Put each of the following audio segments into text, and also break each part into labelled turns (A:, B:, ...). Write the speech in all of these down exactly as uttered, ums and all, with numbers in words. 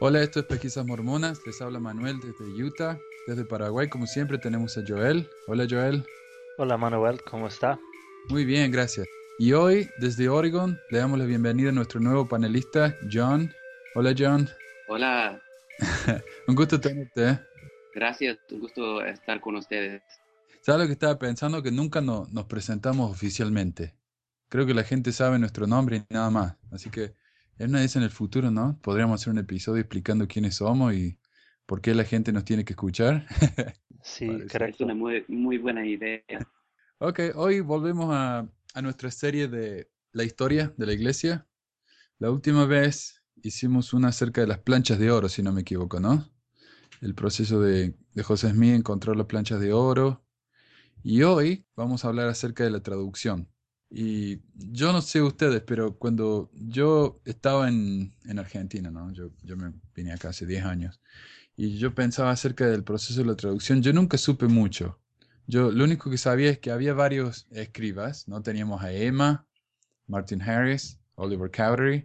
A: Hola, esto es Pesquisas Mormonas. Les habla Manuel desde Utah. Desde Paraguay, como siempre, tenemos a Joel. Hola, Joel.
B: Hola Manuel, ¿cómo está?
A: Muy bien, gracias. Y hoy, desde Oregon, le damos la bienvenida a nuestro nuevo panelista, John. Hola, John.
C: Hola,
A: Un gusto tenerte, ¿eh?
C: gracias, un gusto estar con ustedes.
A: ¿Sabes lo que estaba pensando? Que nunca no- nos presentamos oficialmente. Creo que la gente sabe nuestro nombre y nada más. Así que en una vez en el futuro, ¿no? Podríamos hacer un episodio explicando quiénes somos y por qué la gente nos tiene que escuchar.
B: Sí,
A: Parece.
C: Es una
B: correcto.
C: muy, muy buena idea.
A: Ok, hoy volvemos a, a nuestra serie de la historia de la iglesia. La última vez hicimos una acerca de las planchas de oro, si no me equivoco, ¿no? El proceso de, de José Smith encontrar las planchas de oro. Y hoy vamos a hablar acerca de la traducción. Y yo no sé ustedes, pero cuando yo estaba en, en Argentina, ¿no? Yo, yo me vine acá hace diez años. Y yo pensaba acerca del proceso de la traducción. Yo nunca supe mucho. Yo lo único que sabía es que había varios escribas, ¿no? Teníamos a Emma, Martin Harris, Oliver Cowdery.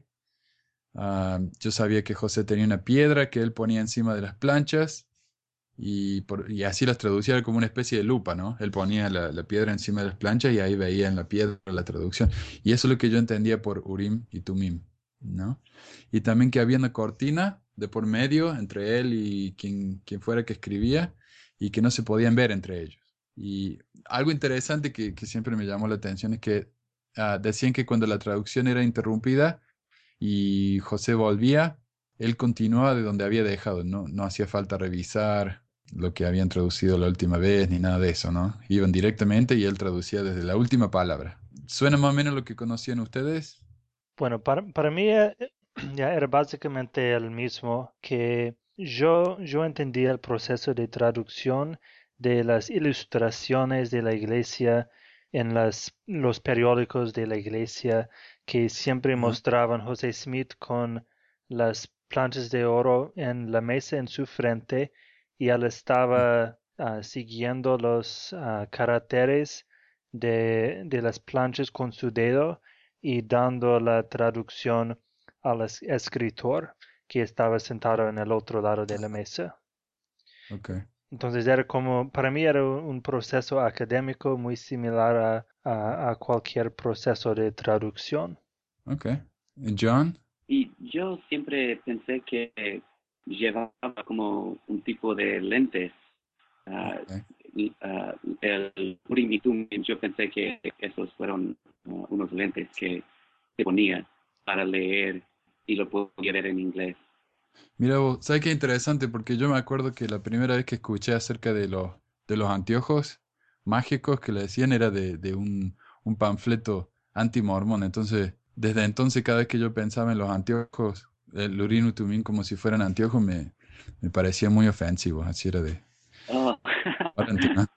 A: Ah, yo sabía que José tenía una piedra que él ponía encima de las planchas y, por- y así las traducía era como una especie de lupa, ¿no? Él ponía la, la piedra encima de las planchas y ahí veía en la piedra la traducción. Y eso es lo que yo entendía por Urim y Tumim, ¿no? Y también que había una cortina de por medio entre él y quien, quien fuera que escribía y que no se podían ver entre ellos. Y algo interesante que, que siempre me llamó la atención es que ah, decían que cuando la traducción era interrumpida y José volvía, él continuaba de donde había dejado, no, no hacía falta revisar lo que habían traducido la última vez ni nada de eso, ¿no? Iban directamente y él traducía desde la última palabra. ¿Suena más o menos lo que conocían ustedes?
B: Bueno, para, para mí eh, ya era básicamente el mismo que yo, yo entendía el proceso de traducción de las ilustraciones de la iglesia en las, los periódicos de la iglesia que siempre
A: Ajá.
B: mostraban José Smith con las planchas de oro en la mesa en su frente y él estaba ah, siguiendo los ah, caracteres de, de las planchas con su dedo y dando la traducción al es- escritor que estaba sentado en el otro lado de la mesa.
A: Ok,
B: Entonces era como, para mí era un un proceso académico muy similar a, a- a cualquier proceso de traducción.
A: ok. John?
C: Y yo siempre pensé que llevaba como un tipo de lentes. ah,
A: Ok.
C: y, ah, el Urim y Tumim, yo pensé que esos fueron ah, unos lentes que se ponía para leer y lo podía ver en inglés.
A: Mira vos, ¿sabes qué interesante? Porque yo me acuerdo que la primera vez que escuché acerca de los, de los anteojos mágicos que le decían era de, de un, un panfleto anti-mormón. Entonces, desde entonces, cada vez que yo pensaba en los anteojos, el Urim y Tumim como si fueran anteojos, me, me parecía muy ofensivo. Así era de...
C: Oh.
A: Ahora entiendo.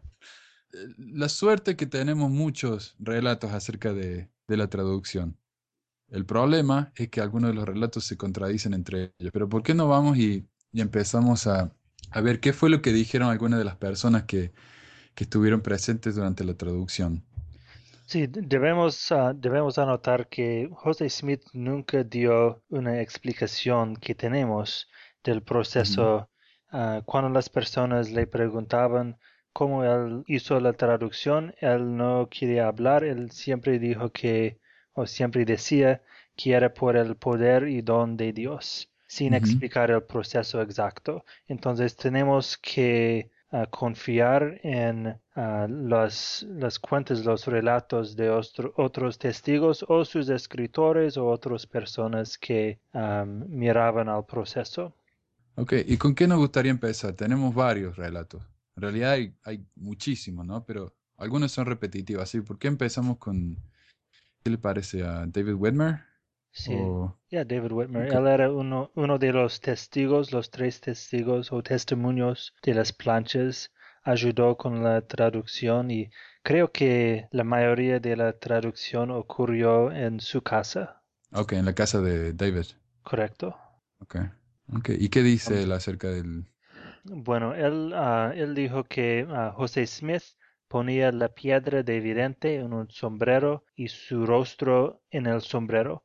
A: La suerte que tenemos muchos relatos acerca de, de la traducción. El problema es que algunos de los relatos se contradicen entre ellos. Pero ¿por qué no vamos y, y empezamos a, a ver qué fue lo que dijeron algunas de las personas que, que estuvieron presentes durante la traducción?
B: Sí, de- debemos, ah, debemos anotar que José Smith nunca dio una explicación que tenemos del
A: Ujú.
B: proceso. Ah, cuando las personas le preguntaban cómo él hizo la traducción, él no quería hablar, él siempre dijo que, o siempre decía que era por el poder y don de Dios, sin
A: Ujú.
B: explicar el proceso exacto. Entonces tenemos que a confiar en ah, las, las cuentas, los relatos de ostro- otros testigos o sus escritores o otras personas que am, miraban al proceso.
A: Ok, ¿y con qué nos gustaría empezar? Tenemos varios relatos. En realidad hay, hay muchísimos, ¿no? Pero algunos son repetitivos. Así, ¿por qué empezamos con, qué le parece a David Whitmer?
B: Sí,
A: O,
B: ya David Whitmer,
A: ok.
B: él era uno, uno de los testigos, los tres testigos o testimonios de las planchas, ayudó con la traducción y creo que la mayoría de la traducción ocurrió en su casa,
A: Ok, en la casa de David.
B: ¿correcto?
A: Ok. Ok, ¿y qué dice él acerca del...
B: Bueno, él, ah, él dijo que ah, José Smith ponía la piedra de vidente en un sombrero y su rostro en el sombrero.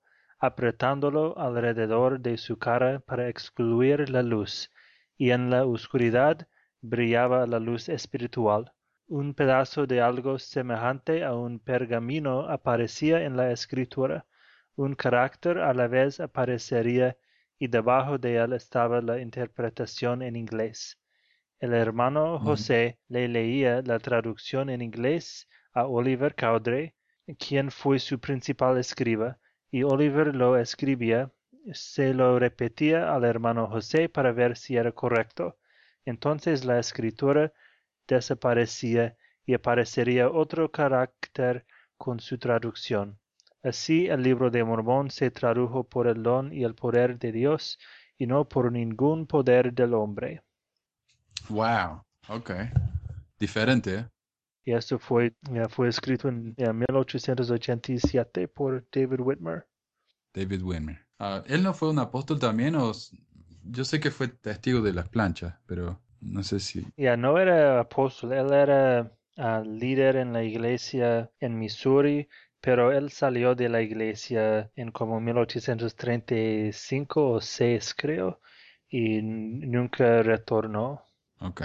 B: apretándolo alrededor de su cara para excluir la luz, y en la oscuridad brillaba la luz espiritual. Un pedazo de algo semejante a un pergamino aparecía en la escritura. Un carácter a la vez aparecería y debajo de él estaba la interpretación en inglés. El hermano
A: Ujú.
B: José le leía la traducción en inglés a Oliver Cowdery, quien fue su principal escriba, y Oliver lo escribía, se lo repetía al hermano José para ver si era correcto. Entonces la escritura desaparecía y aparecería otro carácter con su traducción. Así el libro de Mormón se tradujo por el don y el poder de Dios y no por ningún poder del hombre.
A: Wow, ok. Diferente, ¿eh?
B: Y esto fue, ya fue escrito en ya, mil ochocientos ochenta y siete por David Whitmer.
A: David Widmer. Ah, ¿él no fue un apóstol también? O... s- Yo sé que fue testigo de las planchas, pero no sé si...
B: Ya no era apóstol, él era ah, líder en la iglesia en Missouri, pero él salió de la iglesia en como mil ochocientos treinta y cinco o seis, creo, y n- nunca retornó.
A: Ok.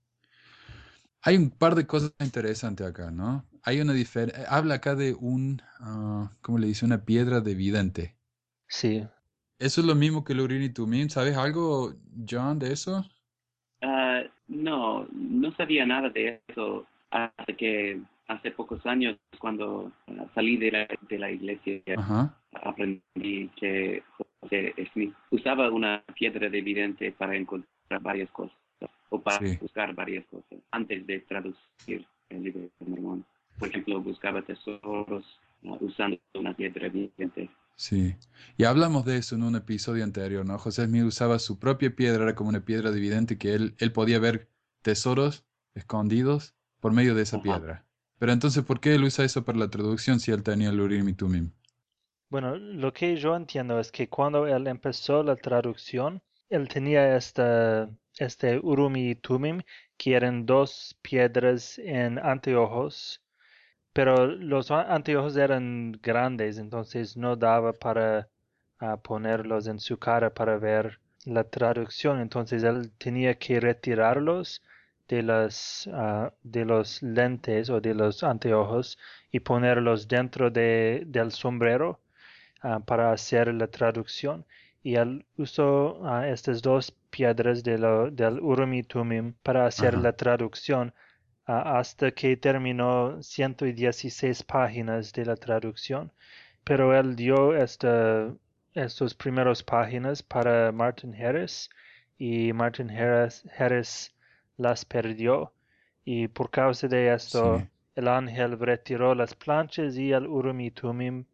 A: Hay un par de cosas interesantes acá, ¿no? Hay una diferencia... Habla acá de un... ah, ¿cómo le dice? Una piedra de vidente.
B: Sí,
A: ¿Eso es lo mismo que el Urim y Tumim? ¿Sabes algo, John, de eso?
C: Ah, no, no sabía nada de eso hasta que hace pocos años, cuando ah, salí de la, de la iglesia,
A: Ajá.
C: aprendí que José Smith usaba una piedra de vidente para encontrar varias cosas o para
A: Sí.
C: buscar varias cosas antes de traducir el libro de Mormón. Por ejemplo, buscaba tesoros ah, usando una piedra de vidente.
A: Sí, y hablamos de eso en un episodio anterior, ¿no? José Smith usaba su propia piedra, era como una piedra dividente que él, él podía ver tesoros escondidos por medio de esa
C: Ajá.
A: piedra. Pero entonces, ¿por qué él usa eso para la traducción si él tenía el Urim y Tumim?
B: bueno, lo que yo entiendo es que cuando él empezó la traducción, él tenía esta, este Urim y Tumim, que eran dos piedras en anteojos, pero los a- anteojos eran grandes, entonces no daba para ah, ponerlos en su cara para ver la traducción. Entonces él tenía que retirarlos de las, ah, de los lentes o de los anteojos y ponerlos dentro de, del sombrero ah, para hacer la traducción. Y él usó ah, estas dos piedras de lo- del Urim y Tumim para hacer
A: Ajá,
B: la traducción ah, hasta que terminó ciento dieciséis páginas de la traducción. Pero él dio esta, estos primeros páginas para Martin Harris y Martin Harris, Harris las perdió. Y por causa de esto,
A: sí,
B: el ángel retiró las planchas y el Urim y Tumim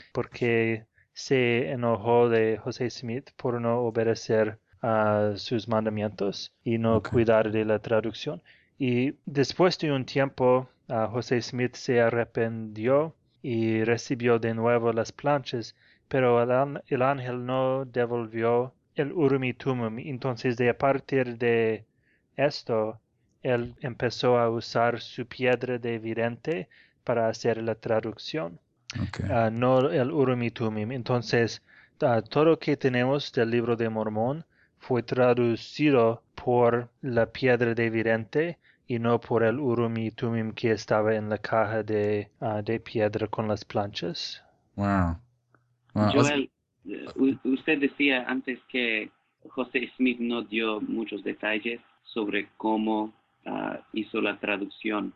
B: porque se enojó de José Smith por no obedecer a sus mandamientos y no
A: ok.
B: cuidar de la traducción. Y después de un tiempo, uh, José Smith se arrepintió y recibió de nuevo las planchas, pero el, el ángel no devolvió el Urim y Tumim. Entonces, de a partir de esto, él empezó a usar su piedra de vidente para hacer la traducción
A: Ok.
B: ah, no el Urim y Tumim. Entonces, ah, todo lo que tenemos del libro de Mormón fue traducido por la piedra de vidente y no por el Urim y Tumim que estaba en la caja de, ah, de piedra con las planchas.
A: Wow. Wow. O sea,
C: Joel, eh, u- usted decía antes que José Smith no dio muchos detalles sobre cómo ah, hizo la traducción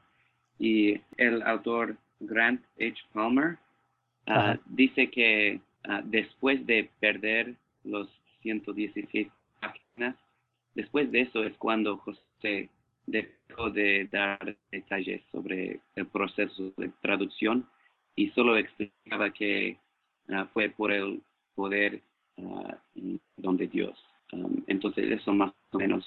C: y el autor Grant H. Palmer ah,
B: Ajá.
C: dice que ah, después de perder los ciento dieciséis páginas, después de eso es cuando José dejó de dar detalles sobre el proceso de traducción y solo explicaba que ah, fue por el poder ah, y don de Dios. Um, entonces eso más o menos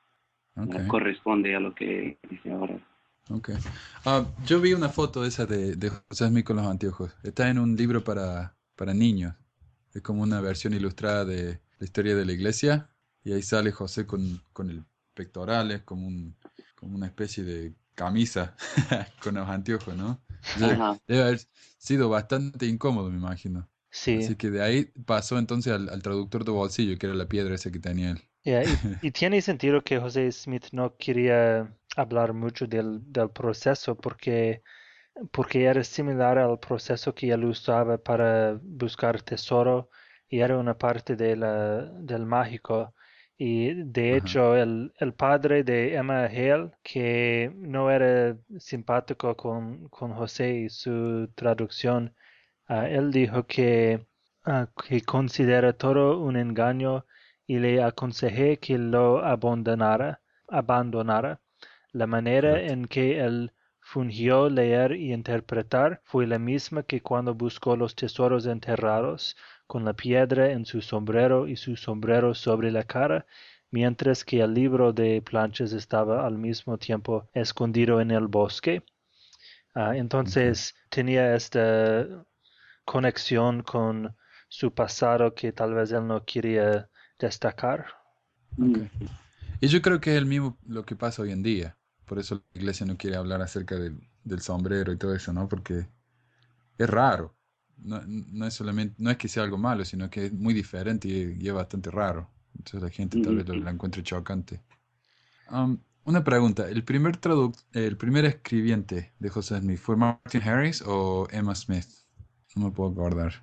A: ok,
C: ah, corresponde a lo que dice ahora.
A: ok. Ah, yo vi una foto esa de, de José Smith con los anteojos. Está en un libro para, para niños. Es como una versión ilustrada de la historia de la iglesia. Y ahí sale José con, con el pectorales, como, un, como una especie de camisa con los anteojos, ¿no? Entonces,
C: Ajá.
A: debe haber sido bastante incómodo, me imagino.
B: Sí,
A: Así que de ahí pasó entonces al, al traductor de bolsillo, que era la piedra esa que tenía él.
B: yeah, y, y tiene sentido que José Smith no quería hablar mucho del, del proceso porque, porque era similar al proceso que él usaba para buscar tesoro y era una parte de la, del mágico. Y de
A: Ajá,
B: hecho, el, el padre de Emma Hale, que no era simpático con, con José y su traducción, ah, él dijo que, ah, que considera todo un engaño y le aconsejé que lo abandonara, abandonara. La manera
A: correcto.
B: en que él fingió leer y interpretar fue la misma que cuando buscó los tesoros enterrados, con la piedra en su sombrero y su sombrero sobre la cara, mientras que el libro de planchas estaba al mismo tiempo escondido en el bosque. Ah,
A: Okay,
B: entonces tenía esta conexión con su pasado que tal vez él no quería destacar.
C: Mm,
A: okay. Y yo creo que es el mismo lo que pasa hoy en día. Por eso la iglesia no quiere hablar acerca del, del sombrero y todo eso, ¿no? Porque es raro. No, no es solamente, no es que sea algo malo, sino que es muy diferente y, y es bastante raro. Entonces la gente tal
C: ujú,
A: vez lo,
C: sí.
A: la encuentre chocante. Um, una pregunta, ¿el primer traduc el primer escribiente de José Smith fue Martin Harris o Emma Smith? No me puedo acordar.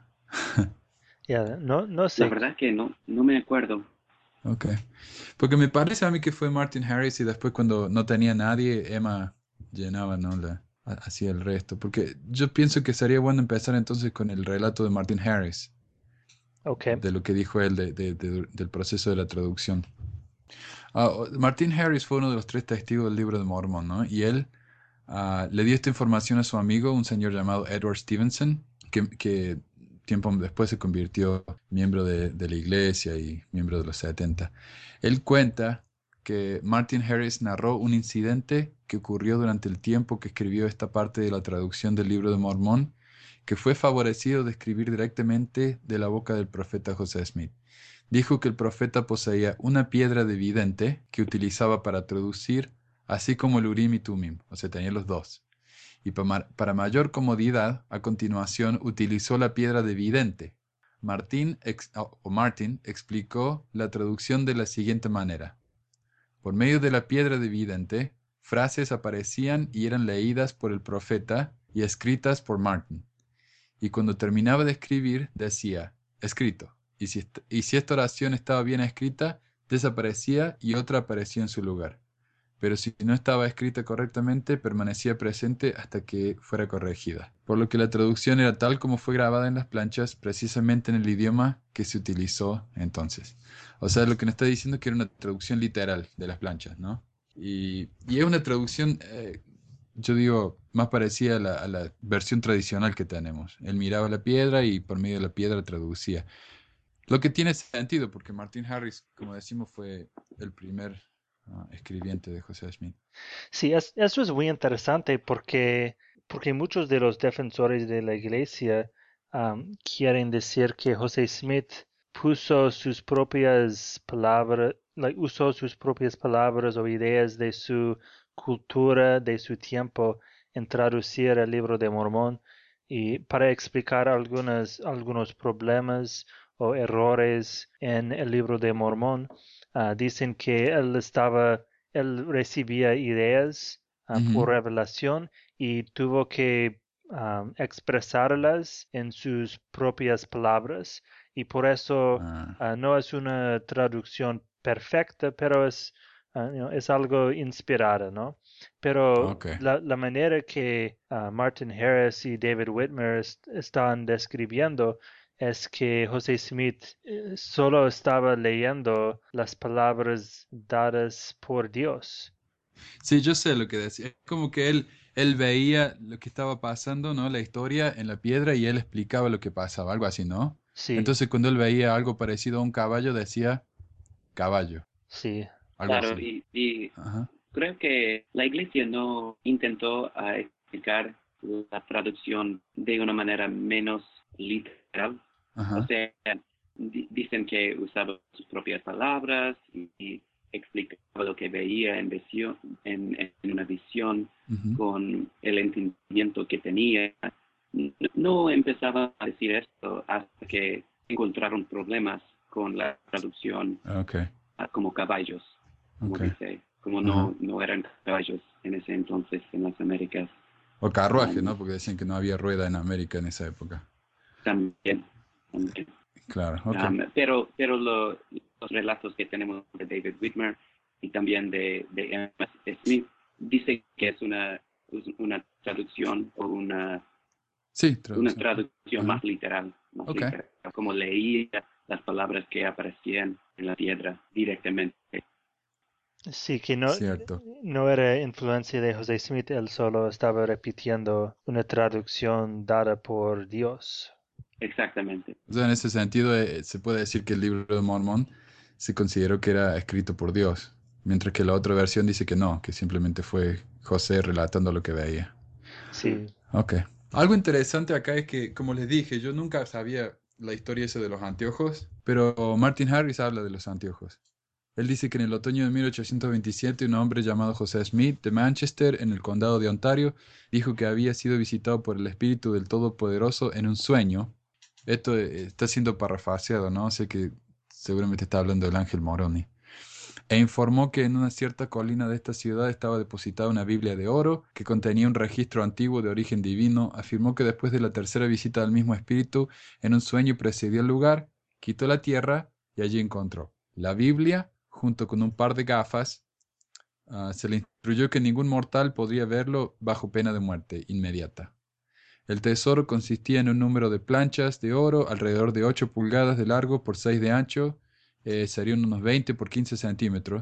B: Ya, no, no
C: La
B: sé.
C: verdad que no, no me acuerdo.
A: Ok. Porque me parece a mí que fue Martin Harris y después cuando no tenía nadie, Emma llenaba, ¿no? La, ha- hacía el resto. Porque yo pienso que sería bueno empezar entonces con el relato de Martin Harris,
B: Ok,
A: de lo que dijo él de- de- de- del proceso de la traducción. Ah, o- Martin Harris fue uno de los tres testigos del libro de Mormón, ¿no? Y él ah, le dio esta información a su amigo, un señor llamado Edward Stevenson, que, que tiempo después se convirtió miembro de, de la iglesia y miembro de los setenta. Él cuenta que Martin Harris narró un incidente que ocurrió durante el tiempo que escribió esta parte de la traducción del libro de Mormón, que fue favorecido de escribir directamente de la boca del profeta José Smith. Dijo que el profeta poseía una piedra de vidente que utilizaba para traducir, así como el Urim y Tumim, o sea, tenía los dos. Y pa- para mayor comodidad, a continuación utilizó la piedra de vidente. Martín, ex- o Martin explicó la traducción de la siguiente manera. Por medio de la piedra de vidente, frases aparecían y eran leídas por el profeta y escritas por Martin. Y cuando terminaba de escribir, decía, escrito. Y si, est- y si esta oración estaba bien escrita, desaparecía y otra aparecía en su lugar. Pero si no estaba escrita correctamente, permanecía presente hasta que fuera corregida. Por lo que la traducción era tal como fue grabada en las planchas, precisamente en el idioma que se utilizó entonces. O sea, lo que nos está diciendo es que era una traducción literal de las planchas, ¿no? Y, y es una traducción, eh, yo digo, más parecida a la, a la versión tradicional que tenemos. Él miraba la piedra y por medio de la piedra traducía. Lo que tiene sentido, porque Martin Harris, como decimos, fue el primer ah, escribiente de José Smith.
B: sí, es- eso es muy interesante porque, porque muchos de los defensores de la iglesia am, quieren decir que José Smith puso sus propias palabras, like, usó sus propias palabras o ideas de su cultura, de su tiempo, en traducir el libro de Mormón y para explicar algunas, algunos problemas o errores en el libro de Mormón. Ah, dicen que él estaba él recibía ideas ah, por
A: Ujú.
B: revelación y tuvo que ah, expresarlas en sus propias palabras. Y por eso
A: Ah,
B: ah, no es una traducción perfecta, pero es, ah, you know, es algo inspirada, ¿no? Pero
A: ok.
B: la, la manera que ah, Martin Harris y David Whitmer est- están describiendo es que José Smith eh, solo estaba leyendo las palabras dadas por Dios.
A: Sí, yo sé lo que decía. Es como que él, él veía lo que estaba pasando, ¿no? La historia en la piedra y él explicaba lo que pasaba, algo así, ¿no?
B: Sí,
A: Entonces cuando él veía algo parecido a un caballo, decía caballo,
B: sí,
A: algo
C: Claro,
A: así.
C: y, y
A: Ajá,
C: creo que la iglesia no intentó ah, explicar la traducción de una manera menos literal. O
A: ajá.
C: sea, di- dicen que usaba sus propias palabras y, y explicaba lo que veía en, visión, en, en una visión
A: Ujú.
C: con el entendimiento que tenía. no empezaba a decir esto hasta que encontraron problemas con la traducción
A: Okay,
C: ah, como caballos, como
A: okay.
C: dice, como
A: Ajá.
C: no, no eran caballos en ese entonces en las Américas.
A: O carruaje,
C: Um,
A: ¿no? Porque decían que no había rueda en América en esa época.
C: también, también.
A: Claro, ok.
C: Um, pero pero lo- los relatos que tenemos de David Whitmer y también de, de Emma Smith dicen que es una, una traducción o una,
A: Sí,
C: una
A: traducción.
C: traducción
A: Ajá.
C: más literal, más
A: Ok.
C: literal, como leía las palabras que aparecían en la piedra directamente.
B: Sí, que no,
A: Cierto.
B: no era influencia de José Smith, él solo estaba repitiendo una traducción dada por Dios.
C: Exactamente.
A: O sea, en ese sentido, eh, se puede decir que el libro de Mormón se consideró que era escrito por Dios, mientras que la otra versión dice que no, que simplemente fue José relatando lo que veía.
C: Sí.
B: Sí,
A: Ok. Algo interesante acá es que, como les dije, yo nunca sabía la historia esa de los anteojos, pero Martin Harris habla de los anteojos. Él dice que en el otoño de mil ochocientos veintisiete un hombre llamado José Smith de Manchester, en el condado de Ontario, dijo que había sido visitado por el espíritu del Todopoderoso en un sueño. Esto eh, está siendo parafraseado, ¿no? Sé que seguramente está hablando del ángel Moroni. E informó que en una cierta colina de esta ciudad estaba depositada una Biblia de oro que contenía un registro antiguo de origen divino. Afirmó que después de la tercera visita del mismo espíritu, en un sueño precedió el lugar, quitó la tierra y allí encontró la Biblia junto con un par de gafas. Ah, se le instruyó que ningún mortal podría verlo bajo pena de muerte inmediata. El tesoro consistía en un número de planchas de oro alrededor de ocho pulgadas de largo por seis de ancho, eh, serían unos veinte por quince centímetros,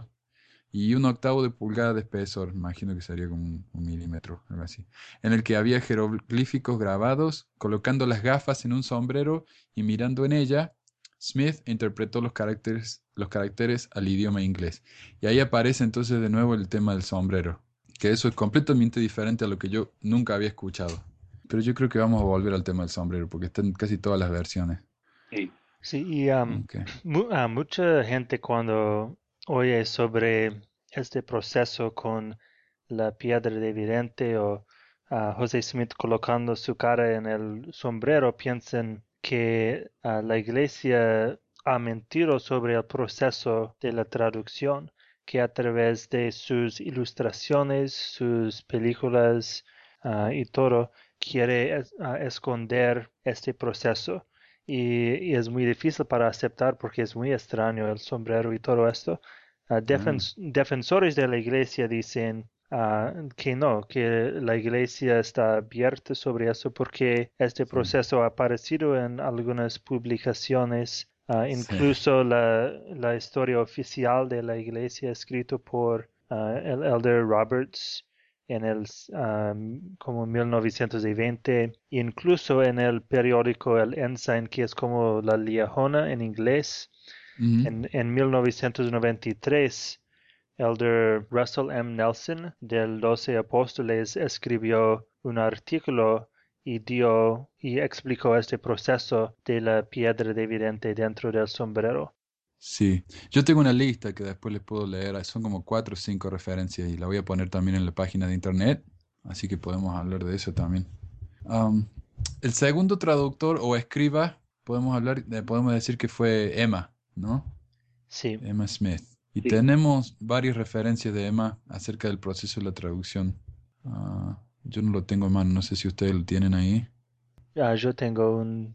A: y un octavo de pulgada de espesor, imagino que sería como un, un milímetro, algo así, en el que había jeroglíficos grabados. Colocando las gafas en un sombrero y mirando en ella, Smith interpretó los caracteres, los caracteres al idioma inglés. Y ahí aparece entonces de nuevo el tema del sombrero, que eso es completamente diferente a lo que yo nunca había escuchado. Pero yo creo que vamos a volver al tema del sombrero, porque está en casi todas las versiones.
C: Sí.
B: sí, y um,
A: Ok.
B: mu- ah, mucha gente cuando oye sobre este proceso con la piedra de vidente o a José Smith colocando su cara en el sombrero, piensan que ah, la iglesia ha mentido sobre el proceso de la traducción, que a través de sus ilustraciones, sus películas ah, y todo, quiere es- ah, esconder este proceso. Y, y es muy difícil para aceptar porque es muy extraño el sombrero y todo esto. Ah,
A: Ah,
B: defens- defensores de la iglesia dicen ah, que no, que la iglesia está abierta sobre eso porque este
A: sí.
B: proceso ha aparecido en algunas publicaciones, ah,
A: Sí.
B: incluso la, la historia oficial de la iglesia escrito por ah, el Elder Roberts en el um, como mil novecientos veinte, incluso en el periódico El Ensign, que es como la Liajona en inglés,
A: Ujú.
B: en, en mil novecientos noventa y tres, Elder Russell M. Nelson del Doce Apóstoles escribió un artículo y dio y explicó este proceso de la piedra de vidente dentro del sombrero.
A: Sí, yo tengo una lista que después les puedo leer, son como cuatro o cinco referencias y la voy a poner también en la página de internet, así que podemos hablar de eso también. Am, el segundo traductor o escriba, podemos hablar, eh, podemos decir que fue Emma, ¿no?
B: Sí,
A: Emma Smith. Y
C: Sí.
A: tenemos varias referencias de Emma acerca del proceso de la traducción. Ah, yo no lo tengo en mano, no sé si ustedes lo tienen ahí.
B: ah, yo tengo un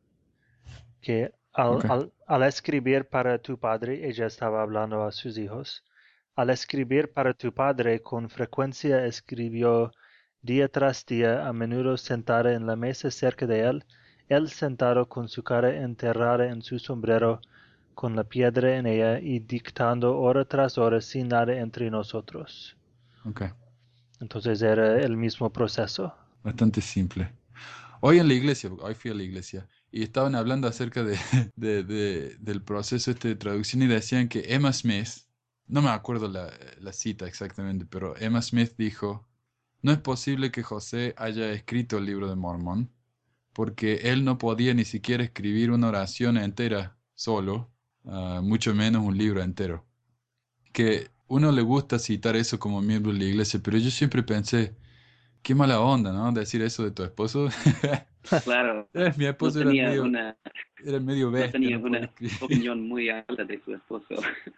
B: que al,
A: Ok.
B: al, al escribir para tu padre, ella estaba hablando a sus hijos, al escribir para tu padre con frecuencia escribió día tras día, a menudo sentada en la mesa cerca de él, él sentado con su cara enterrada en su sombrero, con la piedra en ella y dictando hora tras hora sin nada entre nosotros.
A: Ok,
B: Entonces era el mismo proceso.
A: bastante simple. Hoy en la iglesia, hoy fui a la iglesia y estaban hablando acerca de, de- de- del proceso este de traducción y decían que Emma Smith, no me acuerdo la, la cita exactamente, pero Emma Smith dijo, no es posible que José haya escrito el libro de Mormón porque él no podía ni siquiera escribir una oración entera solo, ah, mucho menos un libro entero. Que uno le gusta citar eso como miembro de la iglesia, pero yo siempre pensé, Qué mala onda, ¿no? Decir eso de tu esposo.
C: Claro,
A: Eh, Mi
C: no
A: esposo era
C: tenía
A: medio,
C: una,
A: era medio
C: no
A: bestia,
C: tenía
A: no podía
C: una
A: escribir.
C: opinión muy alta de su esposo.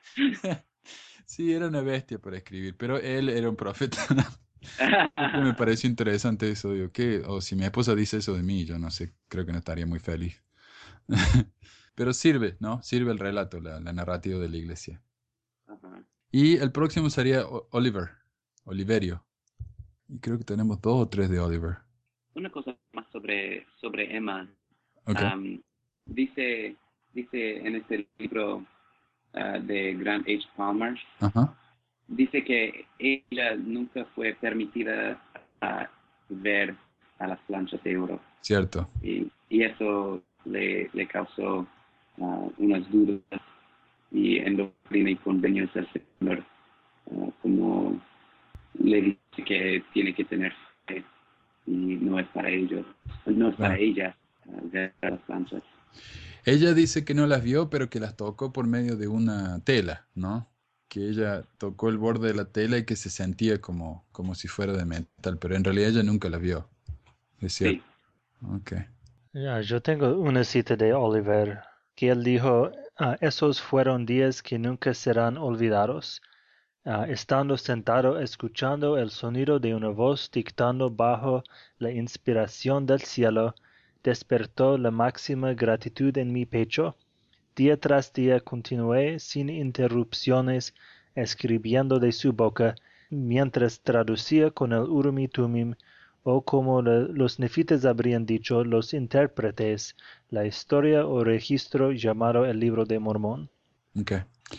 A: Sí, era una bestia para escribir, pero él era un profeta. Siempre me pareció interesante eso, digo, ¿qué? O si mi esposa dice eso de mí, yo no sé, creo que no estaría muy feliz. Pero sirve, ¿no? Sirve el relato, la, la narrativa de la iglesia.
C: Ajá.
A: Y el próximo sería O- Oliver, Oliverio. Y creo que tenemos dos o tres de Oliver.
C: Una cosa más sobre, sobre Emma.
A: Ok.
C: Am, dice, dice en este libro ah, de Grant H. Palmer,
A: Ajá.
C: dice que ella nunca fue permitida a ver a las planchas de oro.
A: Cierto.
C: Y, y eso le, le causó ah, unas dudas y en doctrina y convenios del Señor, ah, como le dice que tiene que tener fe y no es para ellos, no es para
A: Claro.
C: ella ah, ver las planchas.
A: Ella dice que no las vio, pero que las tocó por medio de una tela, ¿no? Que ella tocó el borde de la tela y que se sentía como, como si fuera de metal, pero en realidad ella nunca las vio. Es cierto.
C: Sí,
A: Ok.
B: Ya, yo tengo una cita de Oliver, que él dijo, "Ah, esos fueron días que nunca serán olvidados. Ah, estando sentado escuchando el sonido de una voz dictando bajo la inspiración del cielo, despertó la máxima gratitud en mi pecho. Día tras día continué sin interrupciones escribiendo de su boca, mientras traducía con el Urim y Tumim, o como le- los nefites habrían dicho los intérpretes, la historia o registro llamado el Libro de Mormón.
A: Ok.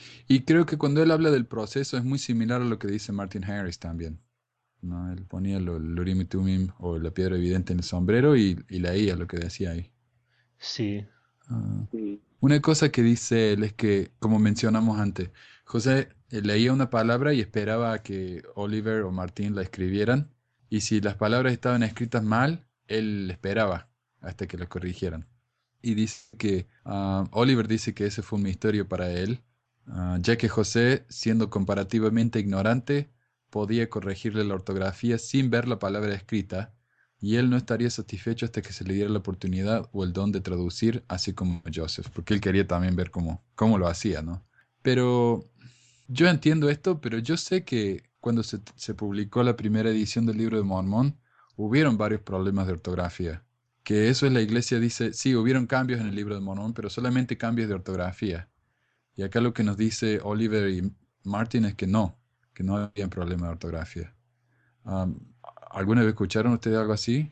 A: Y creo que cuando él habla del proceso es muy similar a lo que dice Martin Harris también, ¿no? Él ponía lo- el Urim y Tumim o la piedra evidente en el sombrero y, y leía lo que decía ahí.
B: Sí,
A: Ah,
C: sí,
A: una cosa que dice él es que, como mencionamos antes, José eh, leía una palabra y esperaba a que Oliver o Martín la escribieran, y si las palabras estaban escritas mal, él esperaba hasta que las corrigieran. Y dice que ah, Oliver dice que ese fue un misterio para él, ah, ya que José, siendo comparativamente ignorante, podía corregirle la ortografía sin ver la palabra escrita, y él no estaría satisfecho hasta que se le diera la oportunidad o el don de traducir, así como Joseph, porque él quería también ver cómo, cómo lo hacía, ¿no? Pero yo entiendo esto, pero yo sé que cuando se, se publicó la primera edición del Libro de Mormón, hubieron varios problemas de ortografía. Que eso es la iglesia dice, sí, hubieron cambios en el Libro de Mormón, pero solamente cambios de ortografía. Y acá lo que nos dice Oliver y Martin es que no, que no había problemas de ortografía. Um, ¿alguna vez escucharon ustedes algo así?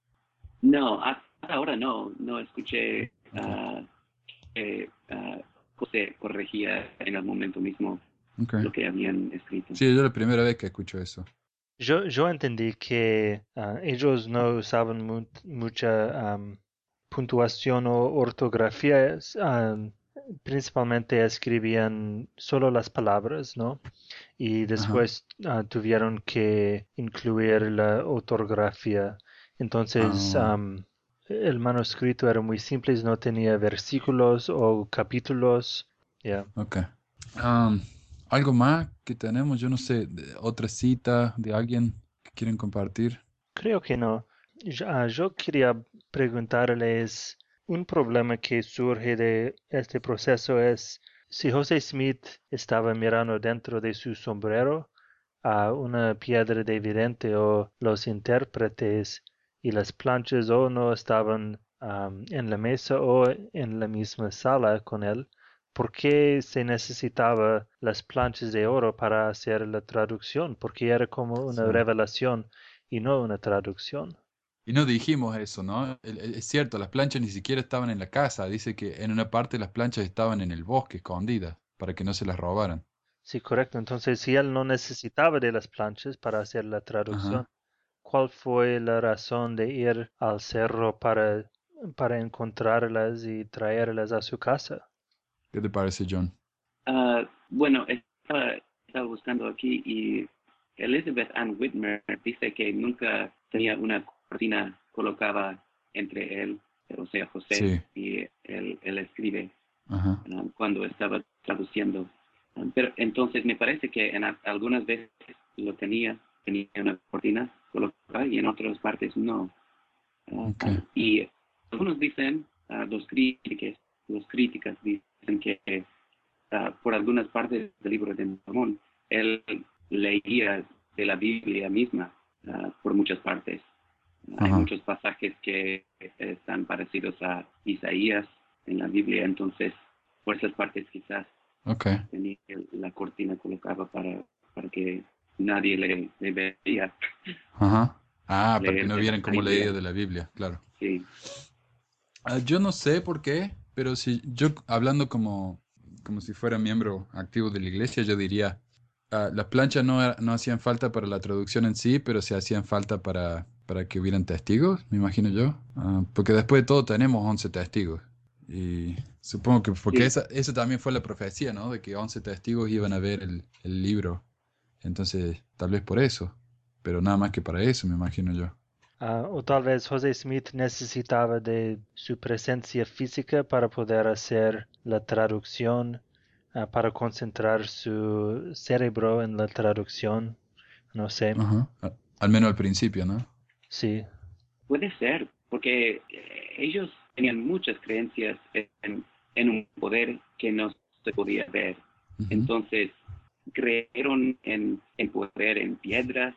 C: no, hasta ahora no, no escuché
A: Okay,
C: ah, que ah, José corregía en el momento mismo
A: okay.
C: lo que habían escrito.
A: Sí, yo la primera vez que escucho eso.
B: yo, yo entendí que ah, ellos no usaban mu- mucha am, puntuación o ortografía, es, am, principalmente escribían solo las palabras, ¿no? Y
A: Ajá.
B: después ah, tuvieron que incluir la ortografía. Entonces,
A: Ah,
B: am, el manuscrito era muy simple, no tenía versículos o capítulos. Ya.
A: ok. Um, ¿algo más que tenemos? Yo no sé, de- otra cita de alguien que quieren compartir.
B: Creo que no. Yo, ah, yo quería preguntarles, un problema que surge de este proceso es si José Smith estaba mirando dentro de su sombrero a una piedra de evidente o los intérpretes y las planchas o no estaban am, en la mesa o en la misma sala con él. ¿Por qué se necesitaba las planchas de oro para hacer la traducción? Porque era como
A: Sí.
B: una revelación y no una traducción.
A: Y no dijimos eso, ¿no? El- el- Es cierto, las planchas ni siquiera estaban en la casa. Dice que en una parte las planchas estaban en el bosque, escondidas, para que no se las robaran.
B: Sí, correcto. Entonces, si él no necesitaba de las planchas para hacer la traducción,
A: Ajá.
B: ¿cuál fue la razón de ir al cerro para, para encontrarlas y traerlas a su casa?
A: ¿Qué te parece, John?
C: Ah, bueno, estaba, estaba buscando aquí y Elizabeth Ann Whitmer dice que nunca tenía una cortina colocada entre él, o sea, José,
A: Sí.
C: y él, él escribe
A: Ajá.
C: ah, cuando estaba traduciendo. Ah, pero entonces me parece que en a- algunas veces lo tenía, tenía una cortina. colocaba y en otras partes no. Uh,
A: Okay.
C: y algunos dicen, uh, los críticos, los críticas dicen que uh, por algunas partes del libro de Mormón, él leía de la Biblia misma uh, por muchas partes. Uh, hay
A: Ajá.
C: muchos pasajes que están parecidos a Isaías en la Biblia, entonces por esas partes quizás
A: Okay.
C: tenía la cortina colocada para, para que nadie le, le veía
A: Ajá. Ah, para que
C: leer
A: no
C: de
A: vieran
C: la
A: cómo leía
C: Biblia.
A: de la Biblia, claro.
C: Sí,
A: Ah, yo no sé por qué, pero si yo hablando como, como si fuera miembro activo de la iglesia, yo diría, ah, las planchas no, era- no hacían falta para la traducción en sí, pero se hacían falta para, para que hubieran testigos, me imagino yo. Ah, porque después de todo tenemos once testigos. Y supongo que porque
C: sí,
A: esa, esa también fue la profecía, ¿no? De que once testigos iban a ver el, el libro. Entonces, tal vez por eso, pero nada más que para eso, me imagino yo.
B: Ah, o tal vez José Smith necesitaba de su presencia física para poder hacer la traducción, ah, para concentrar su cerebro en la traducción. No sé.
A: Ajá. A- Al menos al principio, ¿no?
B: Sí,
C: puede ser, porque eh, ellos tenían muchas creencias en, en un poder que no se podía ver.
A: Ujú.
C: Entonces, creyeron en, en poder en piedras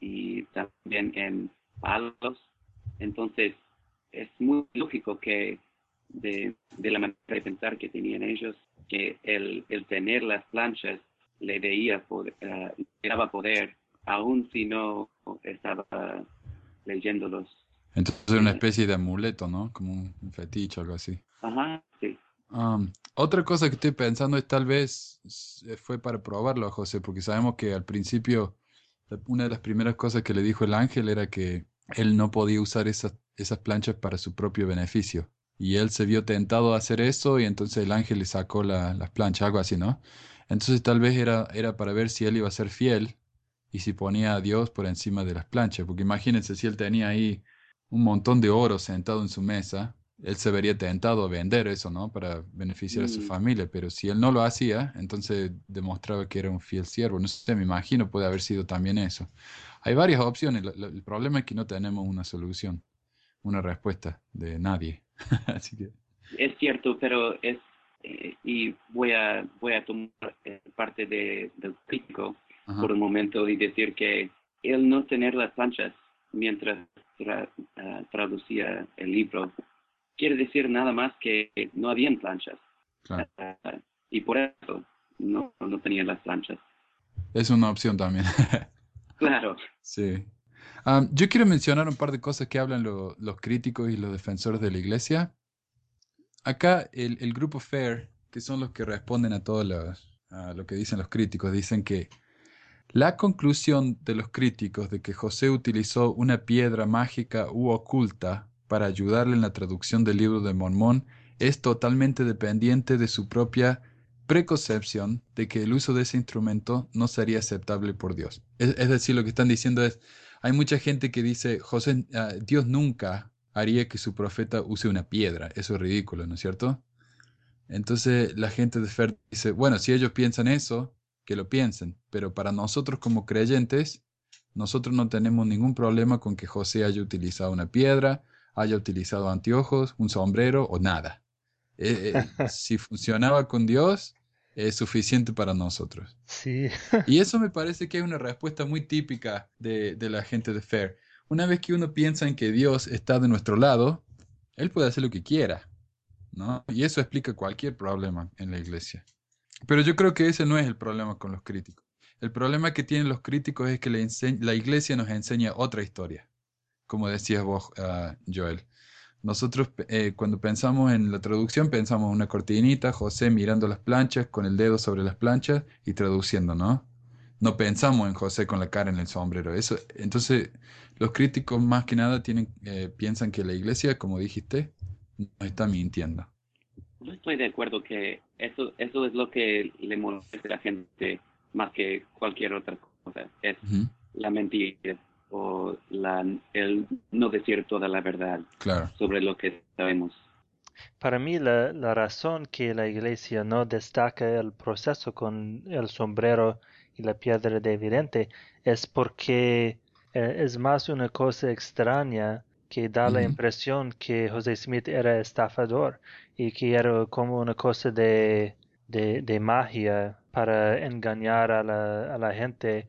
C: y también en palos. Entonces, es muy lógico que de, de la manera de pensar que tenían ellos, que el, el tener las planchas le veía poder, uh, le daba poder, aun si no estaba leyéndolos.
A: Entonces era una
C: Eh,
A: especie de amuleto, ¿no? Como un, un fetiche o algo así.
C: ajá, sí.
A: Am, otra cosa que estoy pensando es tal vez s- fue para probarlo a José, porque sabemos que al principio la- una de las primeras cosas que le dijo el ángel era que él no podía usar esas, esas planchas para su propio beneficio. Y él se vio tentado a hacer eso y entonces el ángel le sacó la- las planchas, algo así, ¿no? Entonces tal vez era, era para ver si él iba a ser fiel y si ponía a Dios por encima de las planchas, porque imagínense si él tenía ahí un montón de oro sentado en su mesa, él se vería tentado a vender eso, ¿no? Para beneficiar a su
C: Mm,
A: familia, pero si él no lo hacía, entonces demostraba que era un fiel siervo. No sé, me imagino puede haber sido también eso. Hay varias opciones, lo- lo- el problema es que no tenemos una solución, una respuesta de nadie. Así que,
C: es cierto, pero es, eh, y voy a, voy a tomar eh, parte de, del crítico por
A: ajá,
C: un momento y decir que el no tener las planchas mientras tra- ah, traducía el libro quiere decir nada más que no habían planchas.
A: claro.
C: Ah, y por eso no, no tenían las planchas.
A: Es una opción también.
C: Claro,
A: Sí. Am, yo quiero mencionar un par de cosas que hablan lo- los críticos y los defensores de la iglesia. Acá el, el grupo FAIR, que son los que responden a todo los- a lo que dicen los críticos, dicen que la conclusión de los críticos de que José utilizó una piedra mágica u oculta para ayudarle en la traducción del libro de Mormón es totalmente dependiente de su propia preconcepción de que el uso de ese instrumento no sería aceptable por Dios. Es, es decir, lo que están diciendo es, hay mucha gente que dice, José, ah, Dios nunca haría que su profeta use una piedra. Eso es ridículo, ¿no es cierto? Entonces la gente de Fer dice, bueno, si ellos piensan eso, que lo piensen, pero para nosotros como creyentes, nosotros no tenemos ningún problema con que José haya utilizado una piedra, haya utilizado anteojos, un sombrero o nada. Eh, eh, si funcionaba con Dios, es suficiente para nosotros.
B: sí.
A: Y eso me parece que es una respuesta muy típica de, de la gente de Fair. Una vez que uno piensa en que Dios está de nuestro lado, Él puede hacer lo que quiera, ¿no? Y eso explica cualquier problema en la iglesia. Pero yo creo que ese no es el problema con los críticos. El problema que tienen los críticos es que la, ense- la iglesia nos enseña otra historia, como decías vos, ah, Joel. Nosotros eh, cuando pensamos en la traducción pensamos en una cortinita, José mirando las planchas con el dedo sobre las planchas y traduciendo, ¿no? No pensamos en José con la cara en el sombrero. Eso, entonces, los críticos más que nada tienen, eh, piensan que la iglesia, como dijiste, nos está mintiendo.
C: yo estoy de acuerdo que eso, eso es lo que le molesta a la gente más que cualquier otra cosa. Es
A: Ujú,
C: la mentira o la, el no decir toda la verdad
A: claro.
C: sobre lo que sabemos.
B: Para mí la, la razón que la iglesia no destaca el proceso con el sombrero y la piedra de evidente es porque eh, es más una cosa extraña que da la
A: Ujú.
B: impresión que José Smith era estafador y que era como una cosa de, de, de magia para engañar a la, a la gente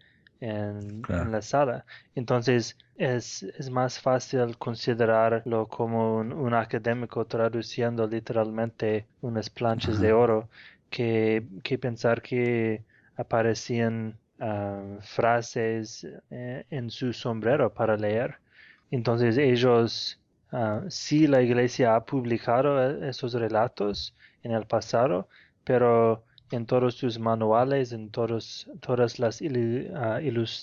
B: en, en
A: Claro.
B: la sala. Entonces es, es más fácil considerarlo como un, un académico traduciendo literalmente unas planchas de
A: Ajá.
B: oro que, que pensar que aparecían ah, frases eh, en su sombrero para leer. Entonces ellos, ah, sí, la iglesia ha publicado eh, esos relatos en el pasado, pero en todos sus manuales, en todos, todas las ili- ah,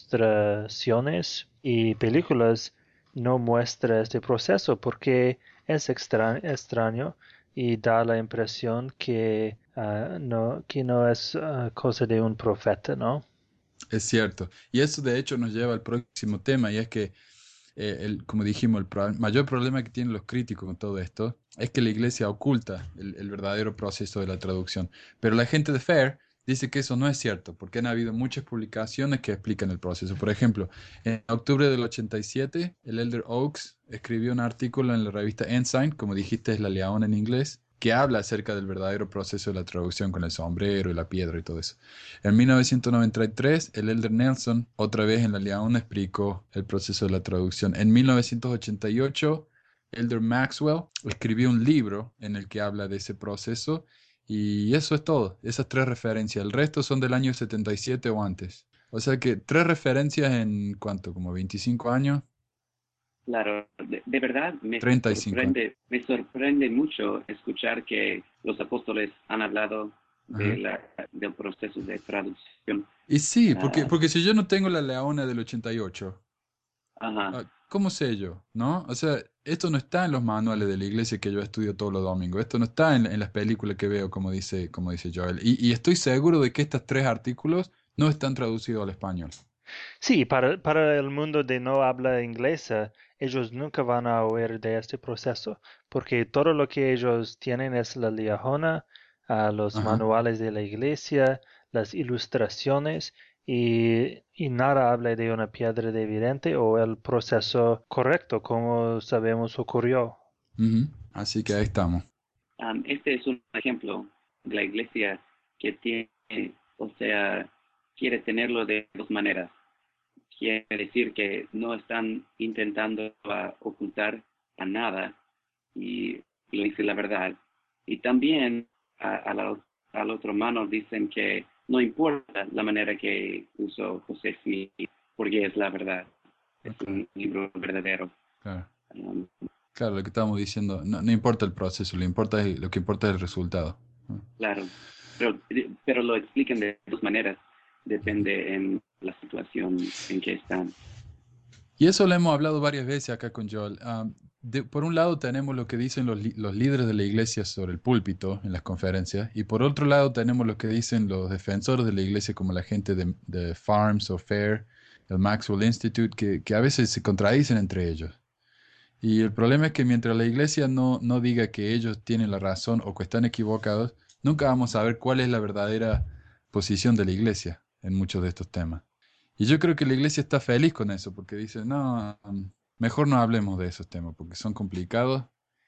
B: ilustraciones y películas, no muestra este proceso porque es extra- extraño y da la impresión que, ah, no, que no es ah, cosa de un profeta, ¿no?
A: Es cierto. Y eso de hecho nos lleva al próximo tema, y es que, eh, el, como dijimos, el pro- mayor problema que tienen los críticos con todo esto es que la iglesia oculta el, el verdadero proceso de la traducción. Pero la gente de Fair dice que eso no es cierto, porque han habido muchas publicaciones que explican el proceso. Por ejemplo, en octubre del ochenta y siete, el Elder Oaks escribió un artículo en la revista Ensign, como dijiste, es la León en inglés, que habla acerca del verdadero proceso de la traducción con el sombrero y la piedra y todo eso. En mil novecientos noventa y tres, el Elder Nelson, otra vez en la León, explicó el proceso de la traducción. En mil novecientos ochenta y ocho, Elder Maxwell escribió un libro en el que habla de ese proceso, y eso es todo, esas tres referencias. El resto son del año setenta y siete o antes. O sea que tres referencias en cuánto, como veinticinco años,
C: Claro, de, de verdad me
A: treinta y cinco años.
C: sorprende, me sorprende mucho escuchar que los apóstoles han hablado de
A: Ajá.
C: la, del proceso de traducción.
A: Y sí, porque,
C: Ah,
A: porque si yo no tengo la Leona del ochenta y ocho,
C: ajá,
A: ah, ¿cómo sé yo? ¿No? O sea, esto no está en los manuales de la iglesia que yo estudio todos los domingos. Esto no está en, en las películas que veo, como dice, como dice Joel. Y, y estoy seguro de que estos tres artículos no están traducidos al español.
B: Sí, para, para el mundo de no habla inglesa, ellos nunca van a oír de este proceso, porque todo lo que ellos tienen es la liajona, ah, los
A: Ajá.
B: manuales de la iglesia, las ilustraciones, y, y nada habla de una piedra de evidente o el proceso correcto, como sabemos ocurrió.
A: Ujú. Así que ahí estamos.
C: Am, este es un ejemplo de la iglesia que tiene, o sea, quiere tenerlo de dos maneras. Quiere decir que no están intentando ah, ocultar a nada y lo dice la verdad. Y también a, a la, al otro mano dicen que no importa la manera que usó José Smith, porque es la verdad, es
A: Ok,
C: un libro verdadero.
A: claro.
C: Um,
A: Claro, lo que estábamos diciendo, no, no importa el proceso, lo importa es- lo que importa es el resultado.
C: claro, pero, pero lo explican de dos maneras, depende en la situación en que están.
A: Y eso lo hemos hablado varias veces acá con Joel. Ah, de- por un lado tenemos lo que dicen los, li- los líderes de la iglesia sobre el púlpito en las conferencias, y por otro lado tenemos lo que dicen los defensores de la iglesia, como la gente de, de Farms o Fair, el Maxwell Institute, que, que a veces se contradicen entre ellos. Y el problema es que mientras la iglesia no, no diga que ellos tienen la razón o que están equivocados, nunca vamos a saber cuál es la verdadera posición de la iglesia en muchos de estos temas. Y yo creo que la iglesia está feliz con eso, porque dice, no, um, mejor no hablemos de esos temas, porque son complicados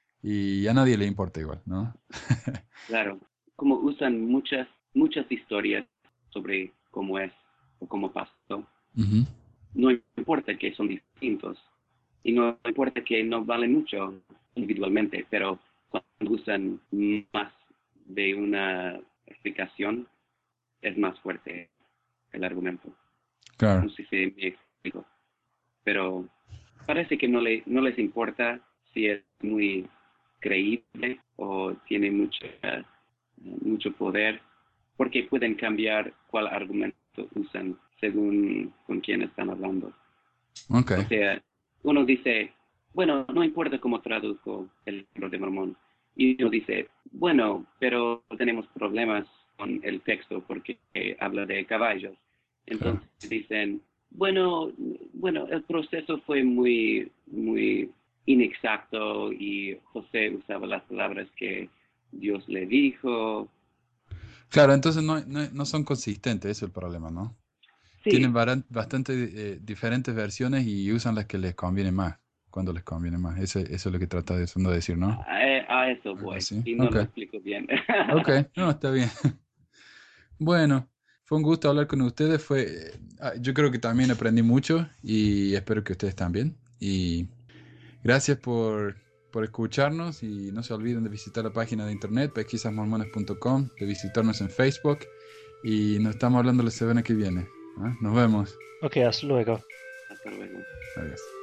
A: y a nadie le importa igual, ¿no?
C: Claro, como usan muchas, muchas historias sobre cómo es o cómo pasó,
A: Ujú.
C: no importa que son distintos y no importa que no valen mucho individualmente, pero cuando usan más de una explicación es más fuerte el argumento. No
A: Claro,
C: sé si me explico, pero parece que no, le, no les importa si es muy creíble o tiene mucho, uh, mucho poder, porque pueden cambiar cuál argumento usan según con quién están hablando.
A: ok,
C: O sea, uno dice, bueno, no importa cómo traduzco el libro de Mormón. Y uno dice, bueno, pero tenemos problemas con el texto porque eh, habla de caballos.
A: claro.
C: Entonces dicen, bueno, bueno, el proceso fue muy, muy inexacto y José usaba las palabras que Dios le dijo.
A: Claro, entonces no, no, no son consistentes, ese es el problema, ¿no?
C: Sí,
A: tienen baran- bastante eh, diferentes versiones y usan las que les conviene más, cuando les conviene más. Ese- eso es lo que trata de, de decir, ¿no?
C: a, a eso
A: Algo
C: voy.
A: así.
C: Y no
A: Ok,
C: lo explico bien.
A: ok, no, está bien. Bueno, fue un gusto hablar con ustedes. Fue, eh, ah, yo creo que también aprendí mucho y espero que ustedes también. Y gracias por, por escucharnos y no se olviden de visitar la página de internet pesquisas mormones punto com, de visitarnos en Facebook y nos estamos hablando la semana que viene. ¿Ah? Nos vemos.
B: Ok, hasta luego.
C: Hasta luego.
A: Adiós.